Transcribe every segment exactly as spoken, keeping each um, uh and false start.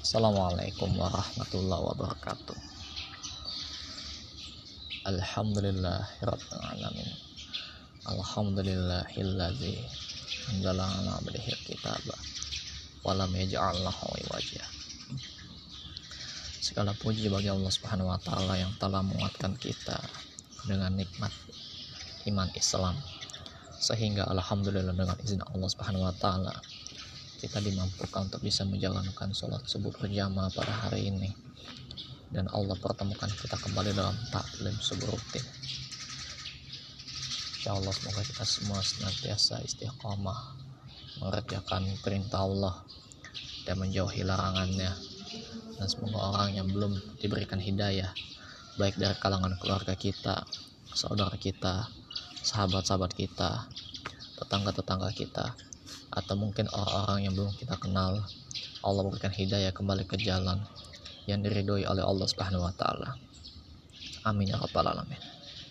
Assalamualaikum warahmatullahi wabarakatuh. Alhamdulillahirabbil alamin. Alhamdulillahilladzi anzala ala abdihi kitaba wa lam yaj'al lahu iwaja. Segala puji bagi Allah Subhanahu wa taala yang telah menguatkan kita dengan nikmat iman Islam, sehingga alhamdulillah dengan izin Allah Subhanahu wa taala kita dimampukan untuk bisa menjalankan sholat subuh berjamaah pada hari ini, dan Allah pertemukan kita kembali dalam taklim subuh rutin. Insya Allah semoga kita semua senantiasa istiqomah mengerjakan perintah Allah dan menjauhi larangannya, dan semoga orang yang belum diberikan hidayah, baik dari kalangan keluarga kita, saudara kita, sahabat-sahabat kita, tetangga-tetangga kita, atau mungkin orang-orang yang belum kita kenal, Allah berikan hidayah kembali ke jalan yang diridhoi oleh Allah Subhanahu wa taala. Amin ya rabbal alamin.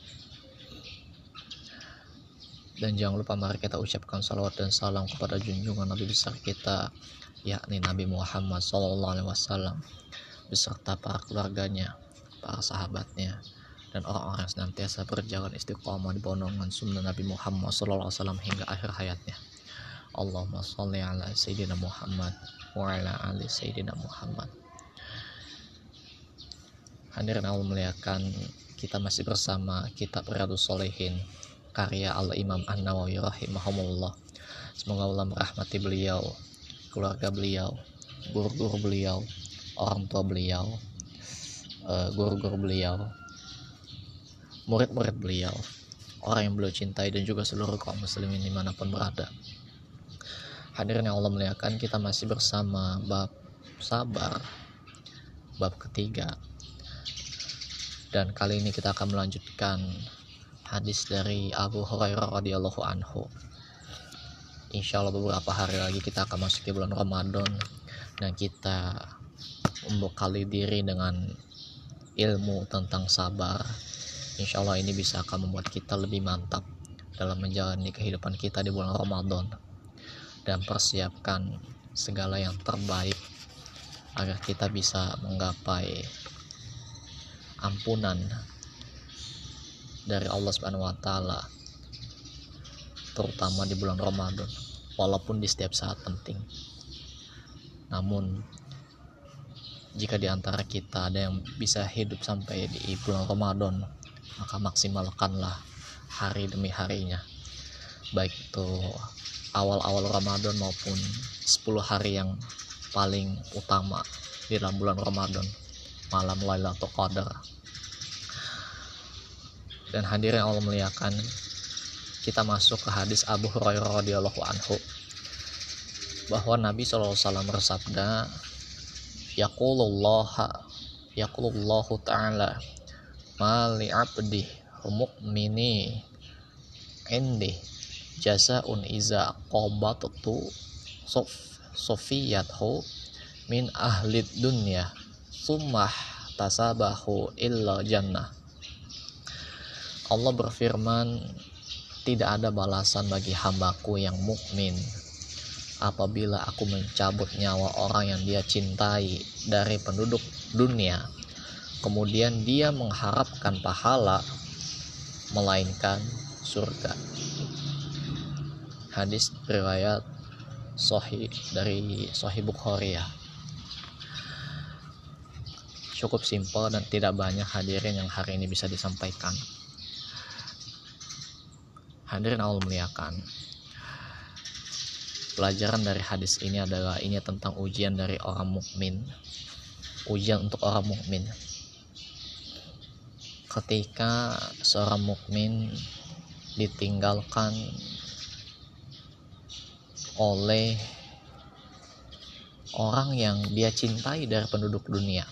Dan jangan lupa mari kita ucapkan salawat dan salam kepada junjungan Nabi besar kita, yakni Nabi Muhammad sallallahu alaihi wasallam, beserta para keluarganya, para sahabatnya, dan orang-orang yang senantiasa berjalan istiqomah di bawah naungan sunnah Nabi Muhammad sallallahu alaihi wasallam hingga akhir hayatnya. Allahumma sholli ala sayyidina Muhammad wa ala ali sayyidina Muhammad. Hadirin Allah muliakan, kita masih bersama kitab Riyadhus Shalihin karya Al-Imam An-Nawawi rahimahumullah. Semoga Allah merahmati beliau, keluarga beliau, guru-guru beliau, orang tua beliau, guru-guru beliau, murid-murid beliau, orang yang beliau cintai, dan juga seluruh kaum muslimin dimanapun berada. Hadirin yang Allah muliakan, kita masih bersama bab sabar, bab ketiga, dan kali ini kita akan melanjutkan hadis dari Abu Hurairah radhiyallahu anhu. Insya Allah beberapa hari lagi kita akan masuk ke bulan Ramadan, dan kita membekali diri dengan ilmu tentang sabar. Insya Allah ini bisa akan membuat kita lebih mantap dalam menjalani kehidupan kita di bulan Ramadan, dan persiapkan segala yang terbaik agar kita bisa menggapai ampunan dari Allah Subhanahu wa taala, terutama di bulan Ramadan, walaupun di setiap saat penting. Namun jika di antara kita ada yang bisa hidup sampai di bulan Ramadan, maka maksimalkanlah hari demi harinya, baik itu awal-awal Ramadan maupun sepuluh hari yang paling utama di dalam bulan Ramadan, malam Lailatul Qadar. Dan hadirin Allah muliakan, kita masuk ke hadis Abu Hurairah radhiyallahu anhu, bahwa Nabi shallallahu alaihi wasallam bersabda, yaqulullaha yaqulullahu ta'ala ma li 'abdi mu'mini indi jazaun iza qabatu sof sofiyathu min ahlid dunya summah tasabahu illa jannah. Allah berfirman, tidak ada balasan bagi hambaku yang mukmin apabila aku mencabut nyawa orang yang dia cintai dari penduduk dunia, kemudian dia mengharapkan pahala melainkan surga. Hadis riwayat Sahih dari Sahih Bukhari ya. Cukup simpel dan tidak banyak hadirin yang hari ini bisa disampaikan. Hadirin Allah muliakan, pelajaran dari hadis ini adalah ini tentang ujian dari orang mukmin, ujian untuk orang mukmin. Ketika seorang mukmin ditinggalkan oleh orang yang dia cintai dari penduduk dunia,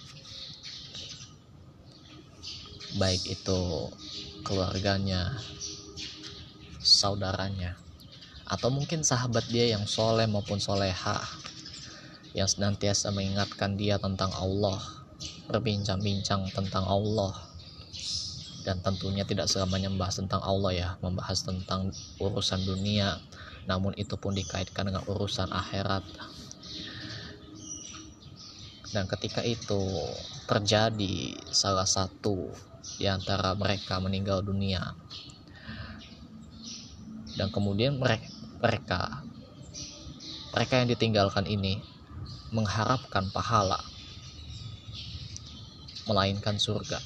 baik itu keluarganya, saudaranya, atau mungkin sahabat dia yang soleh maupun soleha, yang senantiasa mengingatkan dia tentang Allah, berbincang-bincang tentang Allah, dan tentunya tidak selamanya membahas tentang Allah ya, membahas tentang urusan dunia, namun itu pun dikaitkan dengan urusan akhirat. Dan ketika itu terjadi salah satu di antara mereka meninggal dunia, dan kemudian mereka mereka mereka yang ditinggalkan ini mengharapkan pahala melainkan surga,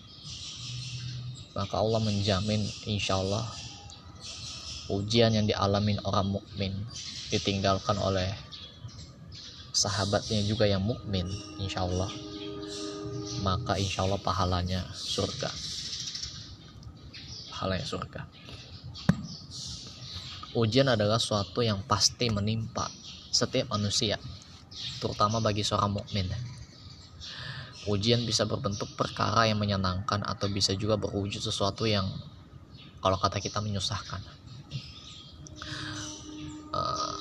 maka Allah menjamin insya Allah ujian yang dialamin orang mukmin ditinggalkan oleh sahabatnya juga yang mukmin, insya Allah, maka insya Allah pahalanya surga, pahalanya surga. Ujian adalah suatu yang pasti menimpa setiap manusia, terutama bagi seorang mukmin. Ujian bisa berbentuk perkara yang menyenangkan atau bisa juga berwujud sesuatu yang kalau kata kita menyusahkan. Uh,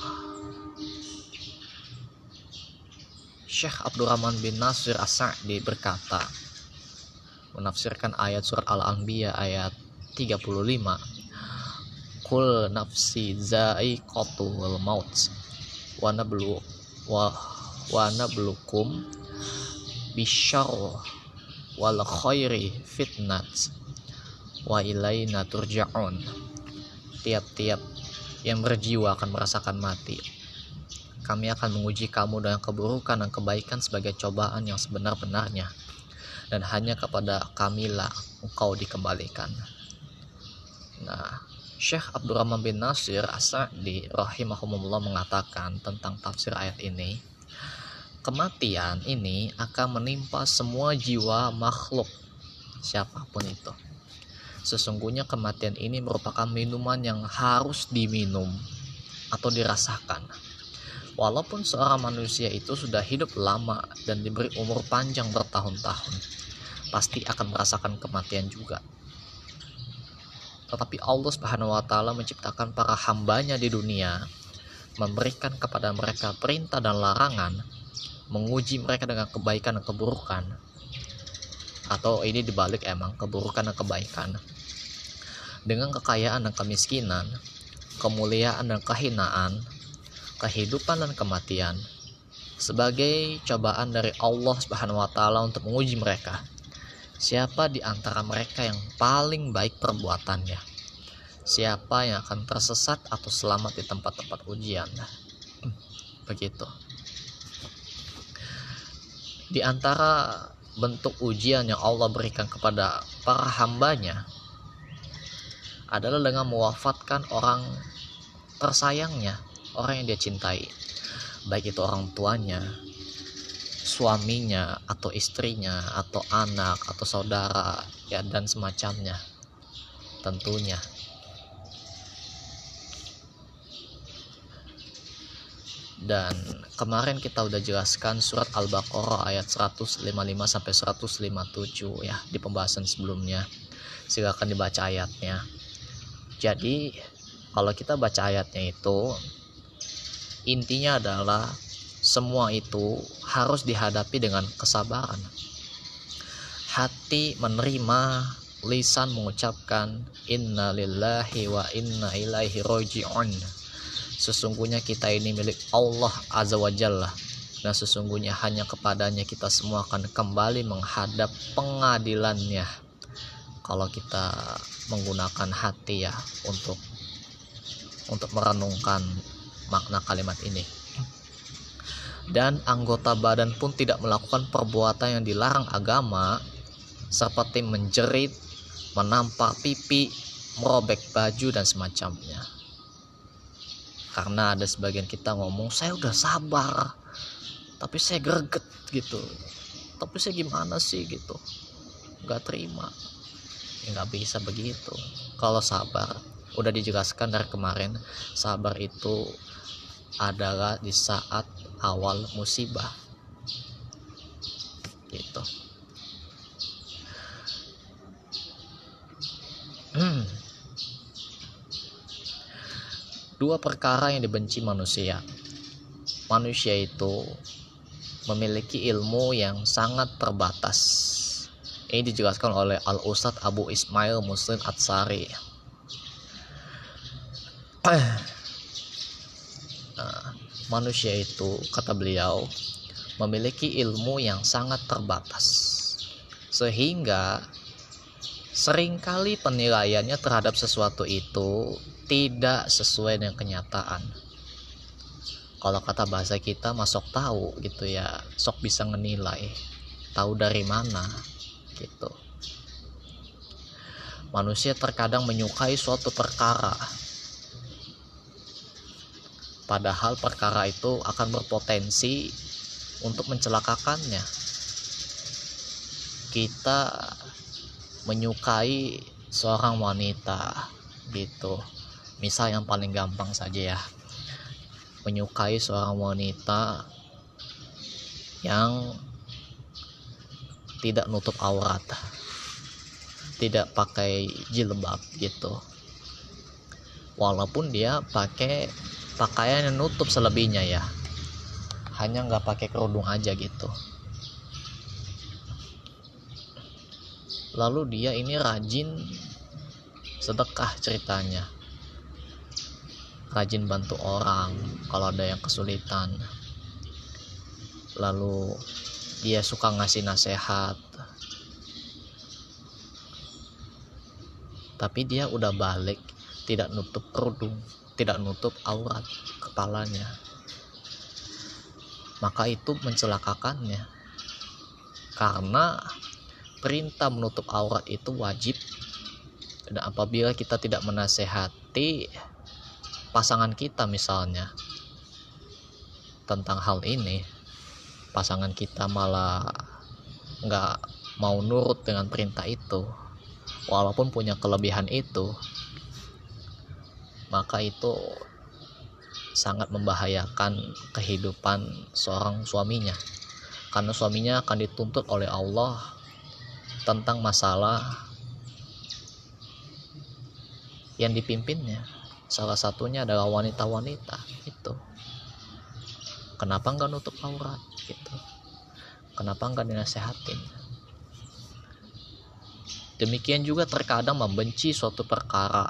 Syekh Abdurrahman bin Nasir As-Sa'di berkata, menafsirkan ayat surat Al-Anbiya ayat tiga puluh lima, Kul nafsi za'iqatul maut wa nablu wa wa nablukum bisyarr wal khairi fitnat wa ilaina turja'un. Tiap-tiap yang berjiwa akan merasakan mati. Kami akan menguji kamu dengan keburukan dan kebaikan sebagai cobaan yang sebenar-benarnya, dan hanya kepada kamilah engkau dikembalikan. Nah, Syekh Abdurrahman bin Nasir As-Sa'di rahimahumullah mengatakan tentang tafsir ayat ini, kematian ini akan menimpa semua jiwa makhluk siapapun itu. Sesungguhnya kematian ini merupakan minuman yang harus diminum atau dirasakan. Walaupun seorang manusia itu sudah hidup lama dan diberi umur panjang bertahun-tahun, pasti akan merasakan kematian juga. Tetapi Allah Subhanahu wa taala menciptakan para hambanya di dunia, memberikan kepada mereka perintah dan larangan, menguji mereka dengan kebaikan dan keburukan. Atau ini dibalik emang, keburukan dan kebaikan. Dengan kekayaan dan kemiskinan, kemuliaan dan kehinaan, kehidupan dan kematian, sebagai cobaan dari Allah Subhanahu wa taala untuk menguji mereka. Siapa di antara mereka yang paling baik perbuatannya? Siapa yang akan tersesat atau selamat di tempat-tempat ujian? Begitu. Di antara bentuk ujian yang Allah berikan kepada para hambanya adalah dengan mewafatkan orang tersayangnya, orang yang dia cintai, baik itu orang tuanya, suaminya, atau istrinya, atau anak, atau saudara, ya, dan semacamnya. Tentunya dan kemarin kita udah jelaskan surat Al-Baqarah ayat seratus lima puluh lima sampai seratus lima puluh tujuh ya di pembahasan sebelumnya. Silakan dibaca ayatnya. Jadi kalau kita baca ayatnya itu, intinya adalah semua itu harus dihadapi dengan kesabaran. Hati menerima, lisan mengucapkan inna lillahi wa inna ilaihi raji'un. Sesungguhnya kita ini milik Allah Azza wa Jalla, dan sesungguhnya hanya kepadanya kita semua akan kembali menghadap pengadilannya. Kalau kita menggunakan hati ya untuk untuk merenungkan makna kalimat ini. Dan anggota badan pun tidak melakukan perbuatan yang dilarang agama, seperti menjerit, menampar pipi, merobek baju dan semacamnya. Karena ada sebagian kita ngomong, saya udah sabar, tapi saya greget gitu. Tapi saya gimana sih gitu, gak terima. Ya gak bisa begitu. Kalau sabar, udah dijelaskan dari kemarin, sabar itu adalah di saat awal musibah gitu. hmm. Dua perkara yang dibenci manusia. Manusia itu memiliki ilmu yang sangat terbatas. Ini dijelaskan oleh Al-Ustadz Abu Ismail Muslim Atsari. Nah, manusia itu, kata beliau, memiliki ilmu yang sangat terbatas, sehingga seringkali penilaiannya terhadap sesuatu itu tidak sesuai dengan kenyataan. Kalau kata bahasa kita masuk tahu gitu ya, sok bisa menilai, tahu dari mana gitu. Manusia terkadang menyukai suatu perkara, padahal perkara itu akan berpotensi untuk mencelakakannya. Kita menyukai seorang wanita gitu. Misal yang paling gampang saja ya, menyukai seorang wanita yang tidak nutup aurat, tidak pakai jilbab gitu, walaupun dia pakai pakaian yang nutup selebihnya ya, hanya nggak pakai kerudung aja gitu. Lalu dia ini rajin sedekah ceritanya, rajin bantu orang kalau ada yang kesulitan, lalu dia suka ngasih nasihat, tapi dia udah balik tidak nutup kerudung, tidak nutup aurat kepalanya, maka itu mencelakakannya. Karena perintah menutup aurat itu wajib, dan apabila kita tidak menasehati pasangan kita misalnya tentang hal ini, pasangan kita malah nggak mau nurut dengan perintah itu walaupun punya kelebihan itu, maka itu sangat membahayakan kehidupan seorang suaminya, karena suaminya akan dituntut oleh Allah tentang masalah yang dipimpinnya. Salah satunya adalah wanita-wanita itu. Kenapa nggak nutup aurat gitu? Kenapa nggak dinasehatin? Demikian juga terkadang membenci suatu perkara,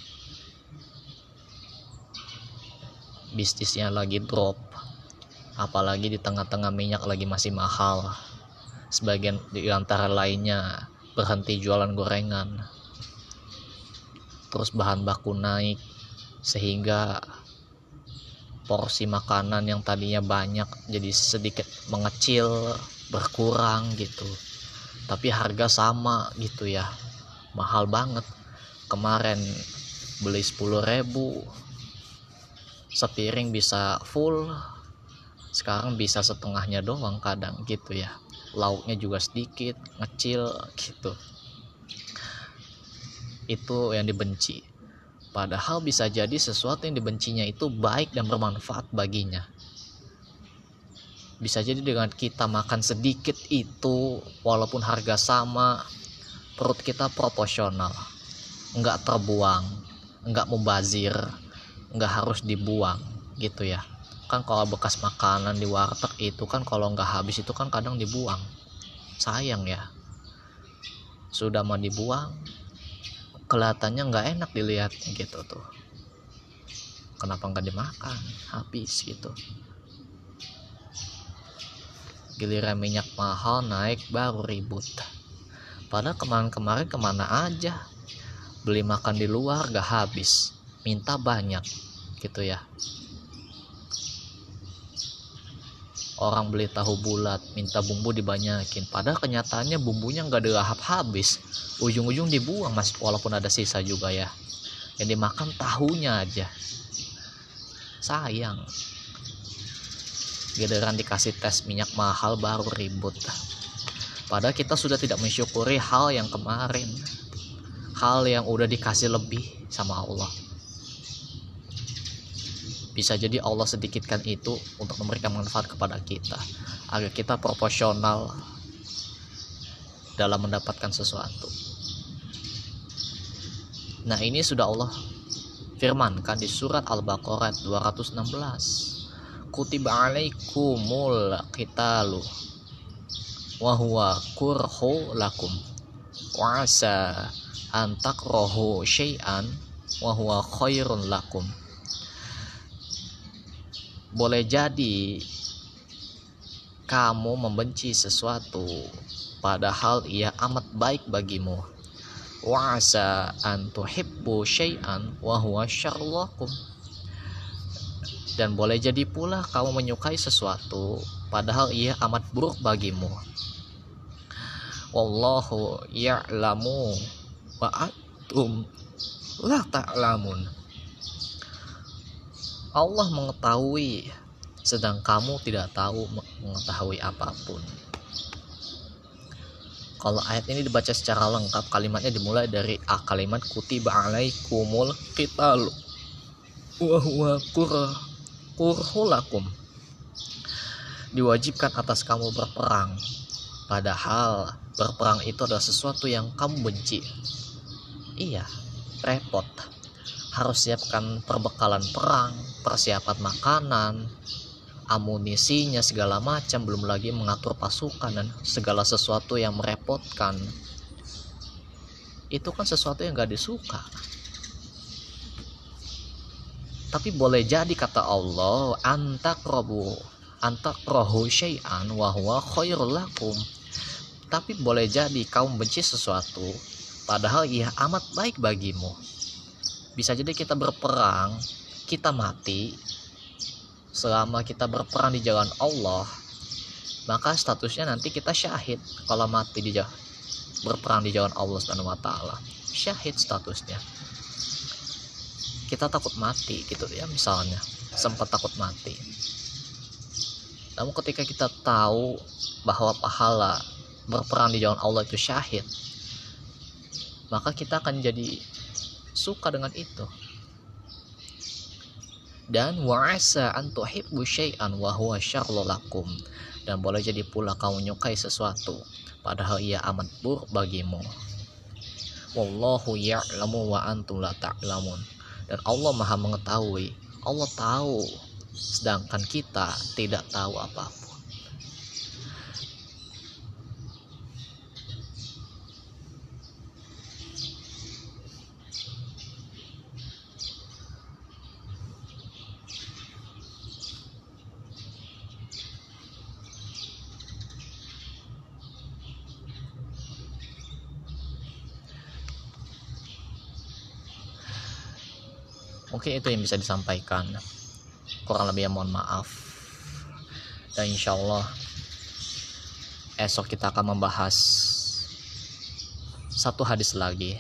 bisnisnya lagi drop, apalagi di tengah-tengah minyak lagi masih mahal, sebagian di antara lainnya berhenti jualan gorengan, terus bahan baku naik, sehingga porsi makanan yang tadinya banyak jadi sedikit mengecil, berkurang gitu, tapi harga sama gitu ya, mahal banget. Kemarin beli sepuluh ribu sepiring bisa full, sekarang bisa setengahnya doang kadang gitu ya, lauknya juga sedikit, ngecil gitu. Itu yang dibenci, padahal bisa jadi sesuatu yang dibencinya itu baik dan bermanfaat baginya. Bisa jadi dengan kita makan sedikit itu, walaupun harga sama, perut kita proporsional, nggak terbuang, nggak mubazir, nggak harus dibuang gitu ya. Kan kalau bekas makanan di warteg itu kan kalau nggak habis itu kan kadang dibuang, sayang ya. Sudah mau dibuang, kelihatannya nggak enak dilihatnya gitu tuh. Kenapa nggak dimakan, habis gitu. Giliran minyak mahal naik baru ribut. Padahal kemarin-kemarin kemana aja, beli makan di luar gak habis, minta banyak gitu ya. Orang beli tahu bulat minta bumbu dibanyakin, padahal kenyataannya bumbunya gak dilahap habis, ujung-ujung dibuang mas, walaupun ada sisa juga ya. Yang dimakan tahunya aja, sayang. Giliran dikasih tes minyak mahal baru ribut. Padahal kita sudah tidak mensyukuri hal yang kemarin, hal yang udah dikasih lebih sama Allah. Bisa jadi Allah sedikitkan itu untuk memberikan manfaat kepada kita, agar kita proporsional dalam mendapatkan sesuatu. Nah, ini sudah Allah firmankan di surat Al-Baqarah dua ratus enam belas. Kutiba alaikumul qitalu wa huwa kurhu lakum wa asa an takrahu syai'an wa huwa khairun lakum. Boleh jadi kamu membenci sesuatu padahal ia amat baik bagimu. Wa asa an tuhibbu syai'an wa huwa syarrul lakum. Dan boleh jadi pula kamu menyukai sesuatu padahal ia amat buruk bagimu. Wallahu ya'lamu wa antum la ta'lamun. Allah mengetahui sedang kamu tidak tahu mengetahui apapun. Kalau ayat ini dibaca secara lengkap, kalimatnya dimulai dari a kalimat kutiba alaikumul qitalu wa huwa kurhulakum. Diwajibkan atas kamu berperang, padahal berperang itu adalah sesuatu yang kamu benci. Iya, repot. Harus siapkan perbekalan perang, persiapan makanan, amunisinya segala macam, belum lagi mengatur pasukan dan segala sesuatu yang merepotkan. Itu kan sesuatu yang gak disuka. Tapi boleh jadi kata Allah, antakrabu antakrahu syai'an wa huwa khairul lakum. Tapi boleh jadi kamu benci sesuatu padahal ia amat baik bagimu. Bisa jadi kita berperang, kita mati. Selama kita berperang di jalan Allah, maka statusnya nanti kita syahid. Kalau mati di jalan berperang di jalan Allah Subhanahu wa taala, syahid statusnya. Kita takut mati gitu ya, misalnya sempat takut mati. Namun ketika kita tahu bahwa pahala berperang di jalan Allah itu syahid, maka kita akan jadi suka dengan itu. Dan wa'asa an tuhibbu syai'an wa huwa syarrul lakum. Dan boleh jadi pula kamu menyukai sesuatu padahal ia amat buruk bagimu. Wallahu ya'lamu wa antum la ta'lamun. Dan Allah Maha mengetahui. Allah tahu sedangkan kita tidak tahu apa-apa. Mungkin itu yang bisa disampaikan, kurang lebih mohon maaf. Dan insya Allah esok kita akan membahas satu hadis lagi.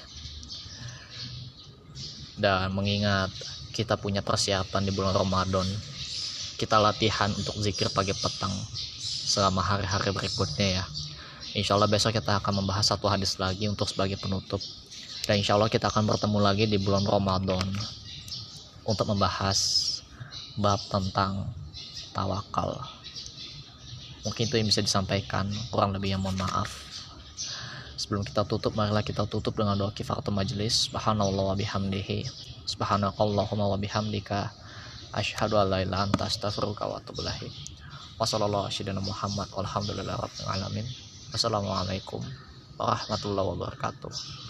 Dan mengingat kita punya persiapan di bulan Ramadan, kita latihan untuk zikir pagi petang selama hari-hari berikutnya ya. Insya Allah besok kita akan membahas satu hadis lagi untuk sebagai penutup. Dan insya Allah kita akan bertemu lagi di bulan Ramadan untuk membahas bab tentang tawakal. Mungkin itu yang bisa disampaikan, kurang lebih yang mohon maaf. Sebelum kita tutup, marilah kita tutup dengan doa kifaratul majelis. Subhanallah wa bihamdihi, subhanakallahumma wa bihamdika, asyhadu an la ilaha illa anta, astaghfiruka wa atubu ilaik. Wassallallahu ala Muhammad walhamdulillahi rabbil alamin. Wassalamualaikum warahmatullahi wabarakatuh.